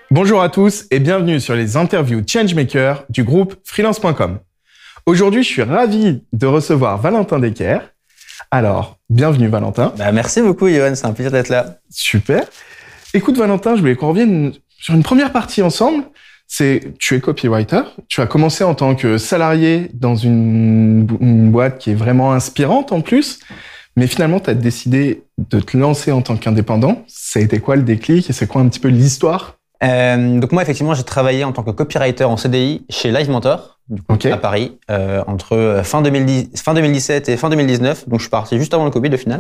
Bonjour à tous et bienvenue sur les interviews Changemaker du groupe freelance.com. Aujourd'hui, je suis ravi de recevoir Valentin Decker. Alors, bienvenue Valentin. Merci beaucoup Yoann, c'est un plaisir d'être là. Super. Écoute Valentin, je voulais qu'on revienne sur une première partie ensemble. Tu es copywriter, tu as commencé en tant que salarié dans une boîte qui est vraiment inspirante en plus, mais finalement tu as décidé de te lancer en tant qu'indépendant. Ça a été quoi le déclic et c'est quoi un petit peu l'histoire ? Donc moi effectivement j'ai travaillé en tant que copywriter en CDI chez Live Mentor à Paris entre fin 2017 et fin 2019, donc je suis parti juste avant le Covid au final.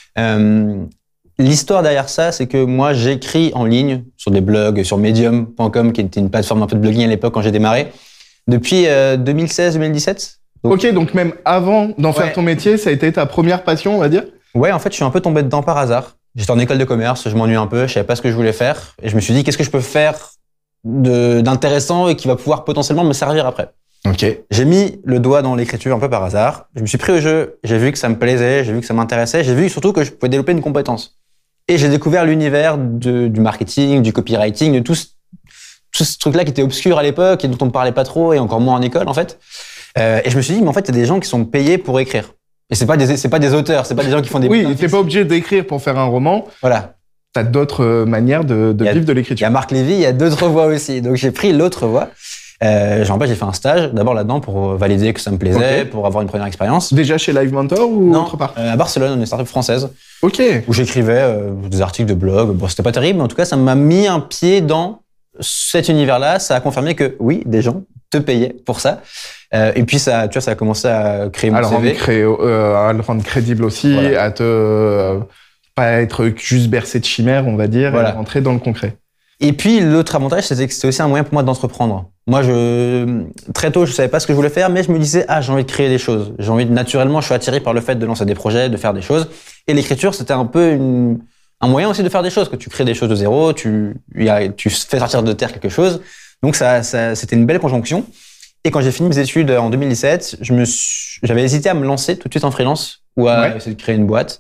L'histoire derrière ça, c'est que moi j'écris en ligne sur des blogs, sur medium.com qui était une plateforme un peu de blogging à l'époque quand j'ai démarré, depuis 2016-2017. Donc même avant d'en faire ton métier, ça a été ta première passion on va dire ? Ouais, en fait je suis un peu tombé dedans par hasard. J'étais en école de commerce, je m'ennuie un peu, je savais pas ce que je voulais faire. Et je me suis dit, qu'est-ce que je peux faire d'intéressant et qui va pouvoir potentiellement me servir après. J'ai mis le doigt dans l'écriture un peu par hasard. Je me suis pris au jeu, j'ai vu que ça me plaisait, j'ai vu que ça m'intéressait, j'ai vu surtout que je pouvais développer une compétence. Et j'ai découvert l'univers du marketing, du copywriting, de tout ce truc-là qui était obscur à l'époque et dont on ne parlait pas trop et encore moins en école en fait. Et je me suis dit, mais en fait, il y a des gens qui sont payés pour écrire. Et c'est pas des auteurs, c'est pas des gens qui font des... Oui, t'es pas obligé d'écrire pour faire un roman. Voilà. T'as d'autres manières de vivre de l'écriture. Il y a Marc Lévy, il y a d'autres voies aussi. Donc j'ai pris l'autre voie. Je me rappelle, j'ai fait un stage d'abord là-dedans pour valider que ça me plaisait, pour avoir une première expérience. Déjà chez Live Mentor ou autre part? À Barcelone, une startup française. Où j'écrivais des articles de blog. Bon, c'était pas terrible, mais en tout cas, ça m'a mis un pied dans cet univers-là. Ça a confirmé que oui, des gens te payaient pour ça. Et puis ça, tu vois, ça a commencé à créer mon CV. À le rendre crédible aussi, voilà. À pas être juste bercé de chimères, on va dire, voilà. Et rentrer dans le concret. Et puis l'autre avantage, c'était que c'était aussi un moyen pour moi d'entreprendre. Moi, très tôt, je savais pas ce que je voulais faire, mais je me disais, j'ai envie de créer des choses. Naturellement, je suis attiré par le fait de lancer des projets, de faire des choses. Et l'écriture, c'était un peu un moyen aussi de faire des choses, que tu crées des choses de zéro, tu fais sortir de terre quelque chose. Donc ça, c'était une belle conjonction. Et quand j'ai fini mes études en 2017, j'avais hésité à me lancer tout de suite en freelance ou à essayer de créer une boîte.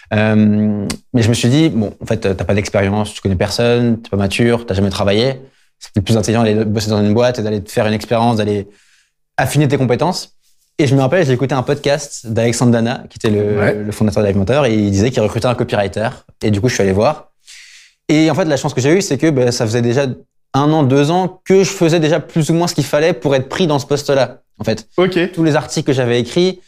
Mais je me suis dit, bon, en fait, t'as pas d'expérience, tu connais personne, t'es pas mature, t'as jamais travaillé. C'est plus intelligent d'aller bosser dans une boîte et d'aller te faire une expérience, d'aller affiner tes compétences. Et je me rappelle, j'ai écouté un podcast d'Alexandre Dana, qui était le fondateur de Live Mentor, et il disait qu'il recrutait un copywriter. Et du coup, je suis allé voir. Et en fait, la chance que j'ai eue, c'est que ça faisait déjà 1 an, 2 ans que je faisais déjà plus ou moins ce qu'il fallait pour être pris dans ce poste-là, en fait. Tous les articles que j'avais écrits,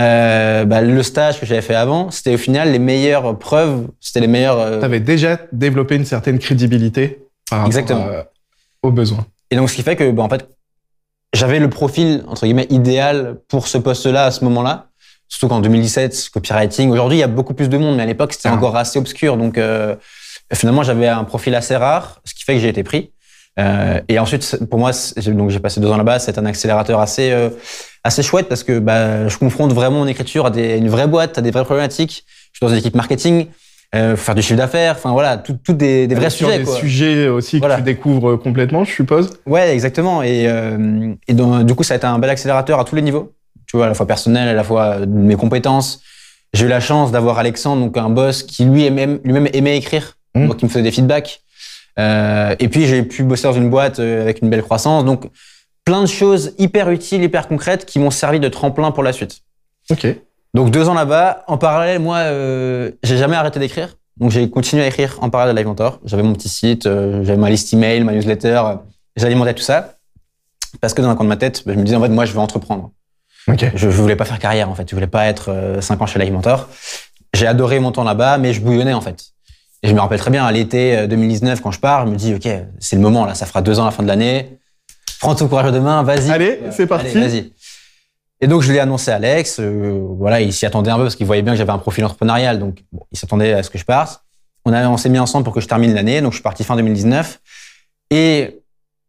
le stage que j'avais fait avant, c'était au final les meilleures preuves, c'était les meilleurs... T'avais déjà développé une certaine crédibilité par rapport aux besoins. Et donc, ce qui fait que, en fait, j'avais le profil, entre guillemets, idéal pour ce poste-là à ce moment-là. Surtout qu'en 2017, copywriting, aujourd'hui, il y a beaucoup plus de monde, mais à l'époque, c'était encore assez obscur. Donc, finalement, j'avais un profil assez rare, ce qui fait que j'ai été pris. Et ensuite, pour moi, donc j'ai passé 2 ans là-bas. C'est un accélérateur assez chouette parce que je confronte vraiment mon écriture à une vraie boîte, à des vraies problématiques. Je suis dans une équipe marketing, faire du chiffre d'affaires. Enfin voilà, tout des vrais sujets. Des sujets aussi que tu découvres complètement, je suppose. Ouais, exactement. Et donc, du coup, ça a été un bel accélérateur à tous les niveaux. Tu vois, à la fois personnel, à la fois de mes compétences. J'ai eu la chance d'avoir Alexandre, donc un boss qui lui-même aimait écrire, donc qui me faisait des feedbacks. Et puis j'ai pu bosser dans une boîte avec une belle croissance, donc plein de choses hyper utiles, hyper concrètes qui m'ont servi de tremplin pour la suite. Donc 2 ans là-bas. En parallèle, moi, j'ai jamais arrêté d'écrire, donc j'ai continué à écrire en parallèle de Live Mentor. J'avais mon petit site, j'avais ma liste email, ma newsletter, j'alimentais tout ça parce que dans un coin de ma tête, je me disais en fait moi je veux entreprendre. Je voulais pas faire carrière en fait, je voulais pas être 5 ans chez Live Mentor. J'ai adoré mon temps là-bas, mais je bouillonnais en fait. Et je me rappelle très bien, à l'été 2019, quand je pars, je me dis, OK, c'est le moment, là, ça fera 2 ans à la fin de l'année. Prends ton courage de main, vas-y. Allez, c'est parti. Allez, vas-y. Et donc, je l'ai annoncé à Alex. Il s'y attendait un peu parce qu'il voyait bien que j'avais un profil entrepreneurial. Donc, il s'attendait à ce que je parte. On s'est mis ensemble pour que je termine l'année. Donc, je suis parti fin 2019. Et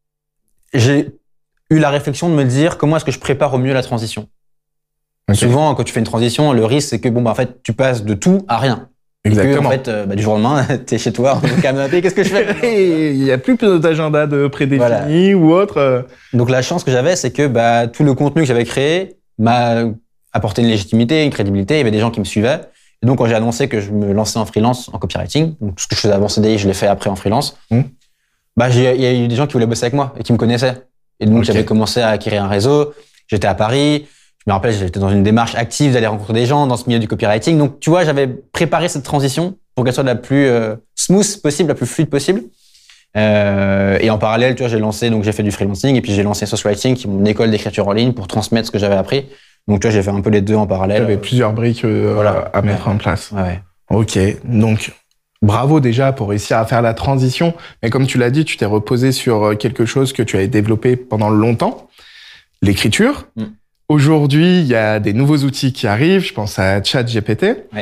j'ai eu la réflexion de me dire, comment est-ce que je prépare au mieux la transition? Souvent, quand tu fais une transition, le risque, c'est que, en fait, tu passes de tout à rien. Exactement. Et que, en fait, du jour au lendemain, t'es chez toi, au canapé, qu'est-ce que je fais? Il n'y a plus d'agenda de prédéfini ou autre. Donc la chance que j'avais, c'est que tout le contenu que j'avais créé m'a apporté une légitimité, une crédibilité. Il y avait des gens qui me suivaient. Et donc quand j'ai annoncé que je me lançais en freelance, en copywriting, donc tout ce que je faisais avant CDI, je l'ai fait après en freelance. Bah, il y a eu des gens qui voulaient bosser avec moi et qui me connaissaient. Et donc, j'avais commencé à acquérir un réseau. J'étais à Paris. Je me rappelle, j'étais dans une démarche active d'aller rencontrer des gens dans ce milieu du copywriting. Donc, tu vois, j'avais préparé cette transition pour qu'elle soit la plus smooth possible, la plus fluide possible. Et en parallèle, tu vois, j'ai fait du freelancing et puis j'ai lancé Socialwriting, qui est mon école d'écriture en ligne pour transmettre ce que j'avais appris. Donc, tu vois, j'ai fait un peu les deux en parallèle. Il y avait plusieurs briques à mettre en place. Ouais. Ok, donc bravo déjà pour réussir à faire la transition. Mais comme tu l'as dit, tu t'es reposé sur quelque chose que tu avais développé pendant longtemps, l'écriture. Aujourd'hui, il y a des nouveaux outils qui arrivent. Je pense à ChatGPT. Ouais.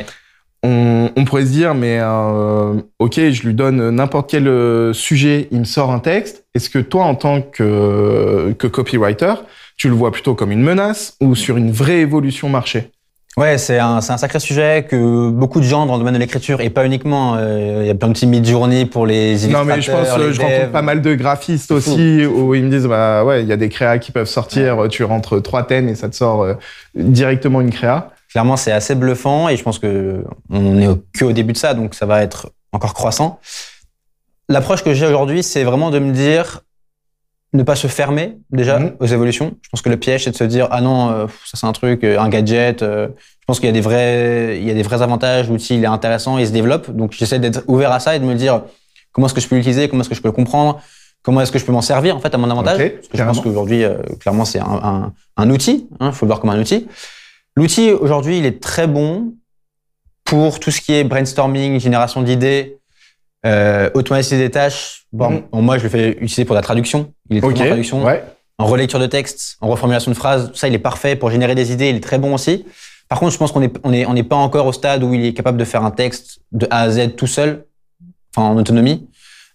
On pourrait se dire, mais ok, je lui donne n'importe quel sujet, il me sort un texte. Est-ce que toi, en tant que copywriter, tu le vois plutôt comme une menace ou sur une vraie évolution marché? Ouais, c'est un sacré sujet que beaucoup de gens dans le domaine de l'écriture, et pas uniquement, il y a plein de petits mid-journée pour les illustrateurs. Non, mais je pense, je rencontre pas mal de graphistes aussi, où ils me disent, bah ouais, il y a des créas qui peuvent sortir, tu rentres 3 thèmes et ça te sort directement une créa. Clairement, c'est assez bluffant et je pense que on est qu'au début de ça, donc ça va être encore croissant. L'approche que j'ai aujourd'hui, c'est vraiment de me dire, ne pas se fermer déjà aux évolutions. Je pense que le piège, c'est de se dire, ah non, ça c'est un truc, un gadget. Je pense qu'il y a des vrais avantages. L'outil, il est intéressant, il se développe. Donc j'essaie d'être ouvert à ça et de me dire, comment est-ce que je peux l'utiliser, comment est-ce que je peux le comprendre, comment est-ce que je peux m'en servir en fait à mon avantage. Parce que je pense qu'aujourd'hui, clairement, c'est un outil. Faut le voir comme un outil. L'outil aujourd'hui, il est très bon pour tout ce qui est brainstorming, génération d'idées, automatiser des tâches. Bon, moi, je le fais utiliser pour la traduction. Il est très bon en traduction. Ouais. En relecture de texte, en reformulation de phrases, ça, il est parfait pour générer des idées. Il est très bon aussi. Par contre, je pense qu'on n'est pas encore au stade où il est capable de faire un texte de A à Z tout seul, enfin en autonomie.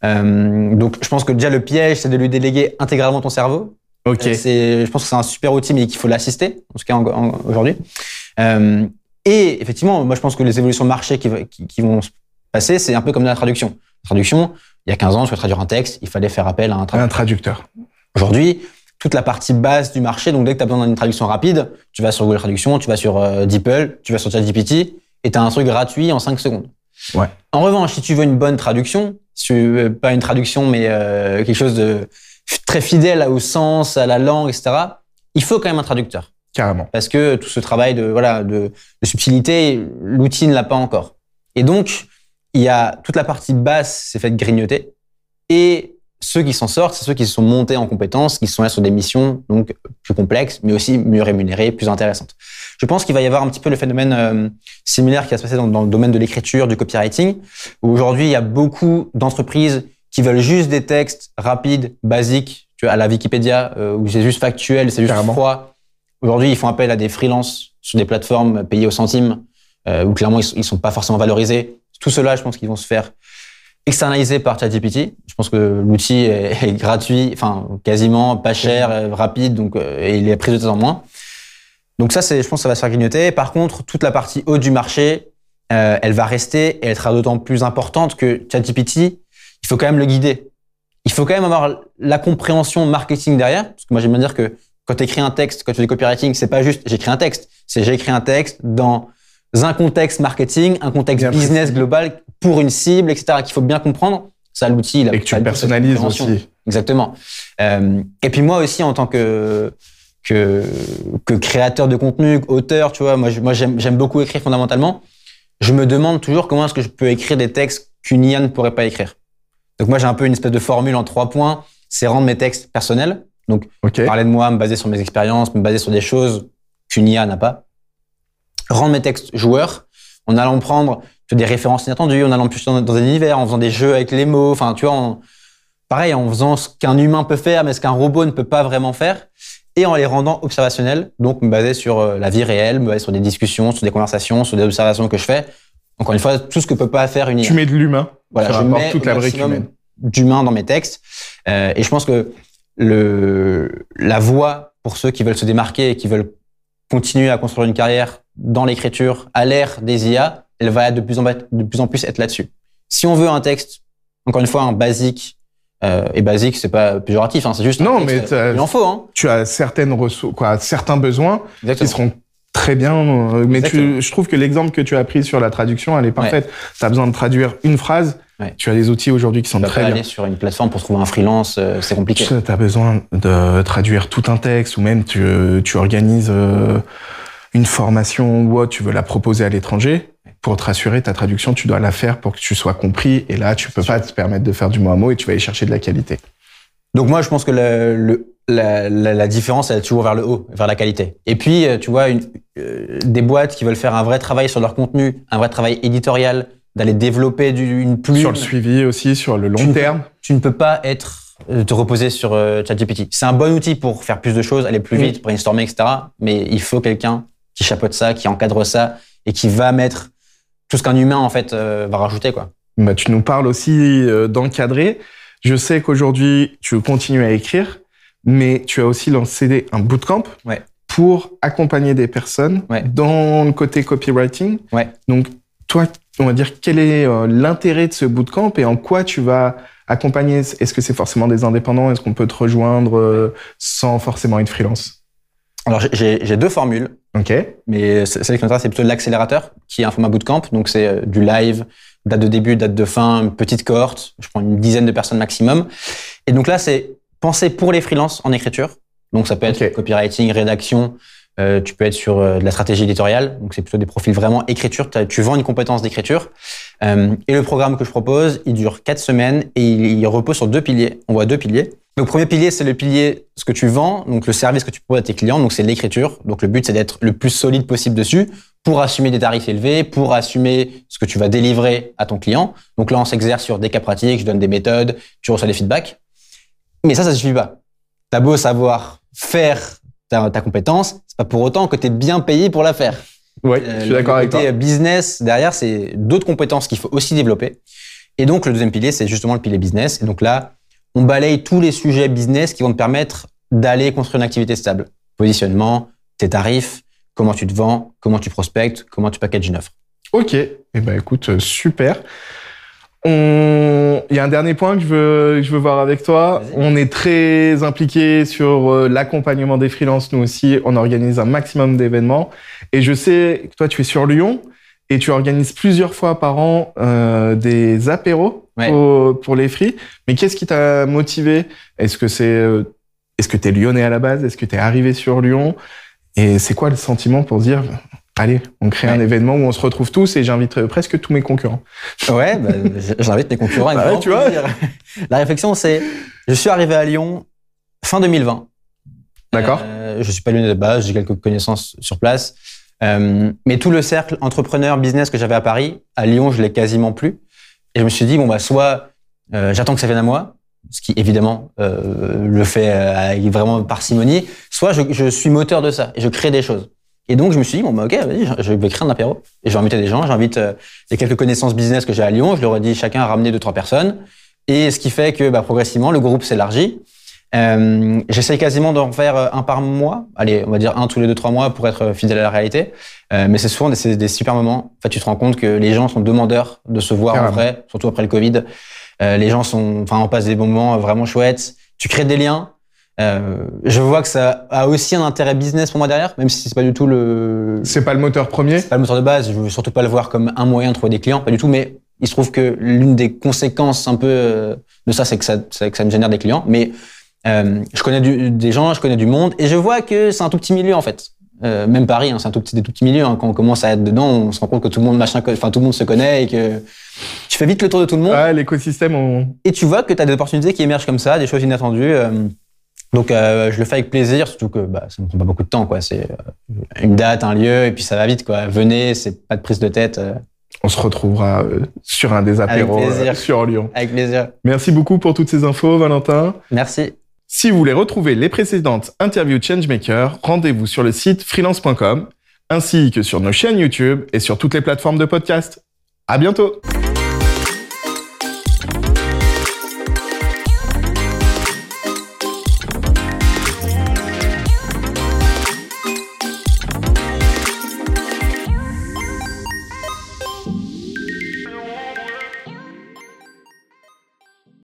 Donc, je pense que déjà le piège, c'est de lui déléguer intégralement ton cerveau. Je pense que c'est un super outil, mais qu'il faut l'assister, en tout cas aujourd'hui. Et effectivement, moi, je pense que les évolutions de marché qui vont se passer, c'est un peu comme dans la traduction. La traduction, il y a 15 ans, tu veux traduire un texte, il fallait faire appel à un traducteur. Aujourd'hui, toute la partie base du marché, donc dès que tu as besoin d'une traduction rapide, tu vas sur Google Traduction, tu vas sur DeepL, tu vas sur ChatGPT, et tu as un truc gratuit en 5 secondes. Ouais. En revanche, si tu veux une bonne traduction, pas une traduction, mais quelque chose de très fidèle au sens, à la langue, etc., il faut quand même un traducteur. Carrément. Parce que tout ce travail de subtilité, l'outil ne l'a pas encore. Et donc, il y a toute la partie basse, c'est fait de grignoter. Et ceux qui s'en sortent, c'est ceux qui se sont montés en compétences, qui sont là sur des missions donc plus complexes, mais aussi mieux rémunérées, plus intéressantes. Je pense qu'il va y avoir un petit peu le phénomène similaire qui va se passer dans le domaine de l'écriture, du copywriting, où aujourd'hui, il y a beaucoup d'entreprises qui veulent juste des textes rapides, basiques, tu vois, à la Wikipédia, où c'est juste factuel, c'est juste froid. Aujourd'hui, ils font appel à des freelances sur des plateformes payées au centime, où clairement, ils sont pas forcément valorisés. Tout cela, je pense qu'ils vont se faire externaliser par ChatGPT. Je pense que l'outil est gratuit, enfin, quasiment pas cher, rapide, donc, et il est pris de temps en moins. Donc ça, je pense que ça va se faire grignoter. Par contre, toute la partie haute du marché, elle va rester et elle sera d'autant plus importante que ChatGPT, il faut quand même le guider. Il faut quand même avoir la compréhension marketing derrière. Parce que moi, j'aime bien dire que quand tu écris un texte, quand tu fais du copywriting, c'est pas juste j'écris un texte. C'est j'écris un texte dans un contexte marketing, un contexte business global pour une cible, etc. qu'il faut bien comprendre. Ça, l'outil, il a. Et que tu le personnalises aussi. Exactement. Et puis moi aussi, en tant que créateur de contenu, auteur, tu vois, moi j'aime beaucoup écrire fondamentalement. Je me demande toujours comment est-ce que je peux écrire des textes qu'une IA ne pourrait pas écrire. Donc moi j'ai un peu une espèce de formule en 3 points, c'est rendre mes textes personnels. Donc parler de moi, me baser sur mes expériences, me baser sur des choses qu'une IA n'a pas. Rendre mes textes joueurs, en allant prendre des références inattendues, en allant plus dans un univers, en faisant des jeux avec les mots, enfin tu vois, pareil, en faisant ce qu'un humain peut faire, mais ce qu'un robot ne peut pas vraiment faire, et en les rendant observationnels, donc me baser sur la vie réelle, me baser sur des discussions, sur des conversations, sur des observations que je fais. Encore une fois, tout ce que peut pas faire une IA. Tu mets de l'humain. Voilà, je mets toute la brique humaine d'humain dans mes textes. Et je pense que la voie pour ceux qui veulent se démarquer et qui veulent continuer à construire une carrière dans l'écriture à l'ère des IA, elle va de plus en plus être là-dessus. Si on veut un texte, encore une fois, un basique, et basique, c'est pas péjoratif, hein, c'est juste non, un texte, mais il en faut. Hein. Tu as certaines ressources, certains besoins qui seront très bien. Mais je trouve que l'exemple que tu as pris sur la traduction, elle est parfaite. Tu as besoin de traduire une phrase. Ouais. Tu as des outils aujourd'hui qui sont Tu vas très pas bien. aller sur une plateforme pour trouver un freelance, c'est compliqué. Tu as besoin de traduire tout un texte ou même tu organises une formation ou autre, tu veux la proposer à l'étranger. Pour te rassurer, ta traduction, tu dois la faire pour que tu sois compris. Et là, tu peux pas te permettre de faire du mot à mot et tu vas aller chercher de la qualité. Donc moi, je pense que la différence, elle est toujours vers le haut, vers la qualité. Et puis, tu vois, des boîtes qui veulent faire un vrai travail sur leur contenu, un vrai travail éditorial, d'aller développer une plume. Sur le suivi aussi, sur le long terme. Tu ne peux pas te reposer sur ChatGPT. C'est un bon outil pour faire plus de choses, aller plus vite, brainstormer, etc. Mais il faut quelqu'un qui chapeaute ça, qui encadre ça et qui va mettre tout ce qu'un humain, en fait, va rajouter, quoi. Bah, tu nous parles aussi d'encadrer. Je sais qu'aujourd'hui, tu continues à écrire, mais tu as aussi lancé un bootcamp pour accompagner des personnes dans le côté copywriting. Ouais. Donc, toi, on va dire, quel est l'intérêt de ce bootcamp et en quoi tu vas accompagner? Est-ce que c'est forcément des indépendants? Est-ce qu'on peut te rejoindre sans forcément être freelance? Alors, j'ai 2 formules. Ok. Mais celle qui m'intéresse, c'est plutôt l'accélérateur, qui est un format bootcamp. Donc, c'est du live, date de début, date de fin, une petite cohorte. Je prends une dizaine de personnes maximum. Et donc là, c'est pensé pour les freelances en écriture. Donc, ça peut être copywriting, rédaction. Tu peux être sur de la stratégie éditoriale. Donc, c'est plutôt des profils vraiment écriture. Tu vends une compétence d'écriture. Et le programme que je propose, il dure 4 semaines et il repose sur 2 piliers. On voit 2 piliers. Le premier pilier, c'est le pilier ce que tu vends, donc le service que tu proposes à tes clients, donc c'est l'écriture. Donc le but, c'est d'être le plus solide possible dessus pour assumer des tarifs élevés, pour assumer ce que tu vas délivrer à ton client. Donc là, on s'exerce sur des cas pratiques, je donne des méthodes, tu reçois des feedbacks. Mais ça suffit pas. T'as beau savoir faire ta compétence, c'est pas pour autant que tu es bien payé pour la faire. Oui, je suis d'accord avec toi. Le côté business, derrière, c'est d'autres compétences qu'il faut aussi développer. Et donc, le deuxième pilier, c'est justement le pilier business. Et donc là, on balaye tous les sujets business qui vont te permettre d'aller construire une activité stable. Positionnement, tes tarifs, comment tu te vends, comment tu prospectes, comment tu packages une offre. Ok. Eh ben, écoute, super. Il y a un dernier point que je veux voir avec toi. Vas-y. On est très impliqué sur l'accompagnement des freelances. Nous aussi, on organise un maximum d'événements. Et je sais que toi, tu es sur Lyon et tu organises plusieurs fois par an des apéros pour les free. Mais qu'est-ce qui t'a motivé? Est-ce que t'es lyonnais à la base? Est-ce que t'es arrivé sur Lyon? Et c'est quoi le sentiment pour se dire, allez, on crée un événement où on se retrouve tous et j'invite presque tous mes concurrents? Ouais, bah, j'invite mes concurrents. Avec grand plaisir. La réflexion, c'est, je suis arrivé à Lyon fin 2020. D'accord. Je suis pas lyonnais de base, j'ai quelques connaissances sur place. Mais tout le cercle entrepreneur, business que j'avais à Paris, à Lyon, je l'ai quasiment plus. Et je me suis dit, bon, bah, soit j'attends que ça vienne à moi, ce qui évidemment le fait avec vraiment parcimonie, soit je suis moteur de ça et je crée des choses. Et donc, je me suis dit, bon, bah, ok, vas-y, je vais créer un apéro. Et je vais inviter des gens, j'invite les quelques connaissances business que j'ai à Lyon, je leur ai dit chacun à ramener 2-3 personnes. Et ce qui fait que, bah, progressivement, le groupe s'élargit. J'essaye quasiment d'en faire un par mois. Allez, on va dire un tous les 2-3 mois pour être fidèle à la réalité. Mais c'est souvent des super moments. En fait, tu te rends compte que les gens sont demandeurs de se voir en vrai, surtout après le Covid. Les gens on passe des moments vraiment chouettes. Tu crées des liens. Je vois que ça a aussi un intérêt business pour moi derrière, même si c'est pas du tout C'est pas le moteur premier. C'est pas le moteur de base. Je veux surtout pas le voir comme un moyen de trouver des clients, pas du tout. Mais il se trouve que l'une des conséquences un peu de ça, c'est que ça me génère des clients. Mais je connais des gens, je connais du monde, et je vois que c'est un tout petit milieu en fait. Même Paris, hein, c'est des tout petits milieux. Hein. Quand on commence à être dedans, on se rend compte que tout le monde se connaît et que tu fais vite le tour de tout le monde. Ouais, l'écosystème. Et tu vois que tu as des opportunités qui émergent comme ça, des choses inattendues. Donc je le fais avec plaisir, surtout que ça me prend pas beaucoup de temps, quoi. C'est une date, un lieu, et puis ça va vite, quoi. Venez, c'est pas de prise de tête. On se retrouvera sur un des apéros sur Lyon. Avec plaisir. Merci beaucoup pour toutes ces infos, Valentin. Merci. Si vous voulez retrouver les précédentes interviews Changemaker, rendez-vous sur le site freelance.com, ainsi que sur nos chaînes YouTube et sur toutes les plateformes de podcast. À bientôt!